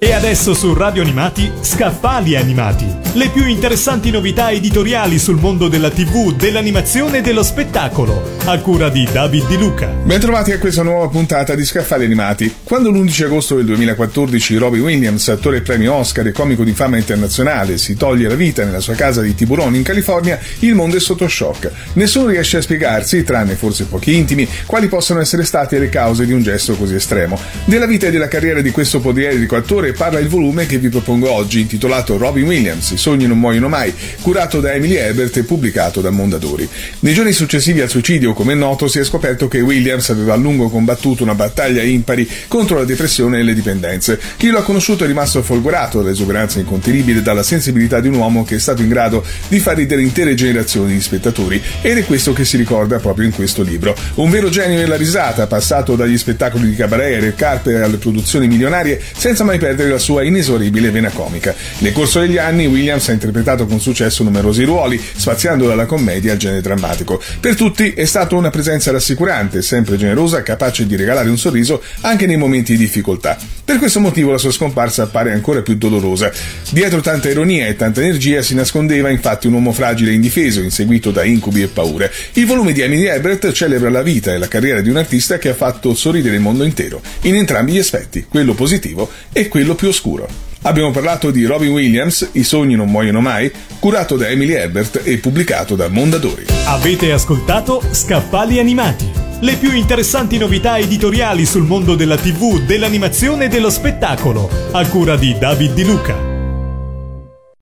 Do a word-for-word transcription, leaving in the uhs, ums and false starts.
E adesso su Radio Animati, Scaffali Animati. Le più interessanti novità editoriali sul mondo della tivù, dell'animazione e dello spettacolo, a cura di David Di Luca. Bentrovati a questa nuova puntata di Scaffali Animati. Quando l'undici agosto del duemilaquattordici Robin Williams, attore premio Oscar e comico di fama internazionale, si toglie la vita nella sua casa di Tiburón in California, il mondo è sotto shock. Nessuno riesce a spiegarsi, tranne forse pochi intimi, quali possano essere state le cause di un gesto così estremo. Della vita e della carriera di questo poliedrico attore parla il volume che vi propongo oggi, intitolato Robin Williams, I sogni non muoiono mai, curato da Emily Herbert e pubblicato da Mondadori. Nei giorni successivi al suicidio, come è noto, si è scoperto che Williams aveva a lungo combattuto una battaglia impari contro la depressione e le dipendenze. Chi lo ha conosciuto è rimasto folgorato dall'esuberanza incontenibile e dalla sensibilità di un uomo che è stato in grado di far ridere intere generazioni di spettatori, ed è questo che si ricorda proprio in questo libro. Un vero genio della risata, passato dagli spettacoli di cabaret e red carpet alle produzioni milionarie, senza mai perdere la sua inesorabile vena comica. Nel corso degli anni Williams ha interpretato con successo numerosi ruoli, spaziando dalla commedia al genere drammatico. Per tutti è stata una presenza rassicurante, sempre generosa, capace di regalare un sorriso anche nei momenti di difficoltà. Per questo motivo la sua scomparsa appare ancora più dolorosa. Dietro tanta ironia e tanta energia si nascondeva infatti un uomo fragile e indifeso, inseguito da incubi e paure. Il volume di Emily Herbert celebra la vita e la carriera di un artista che ha fatto sorridere il mondo intero, in entrambi gli aspetti, quello positivo e quello più oscuro. Abbiamo parlato di Robin Williams, I sogni non muoiono mai, curato da Emily Herbert e pubblicato da Mondadori. Avete ascoltato Scaffali Animati, le più interessanti novità editoriali sul mondo della tivù, dell'animazione e dello spettacolo, a cura di David Di Luca.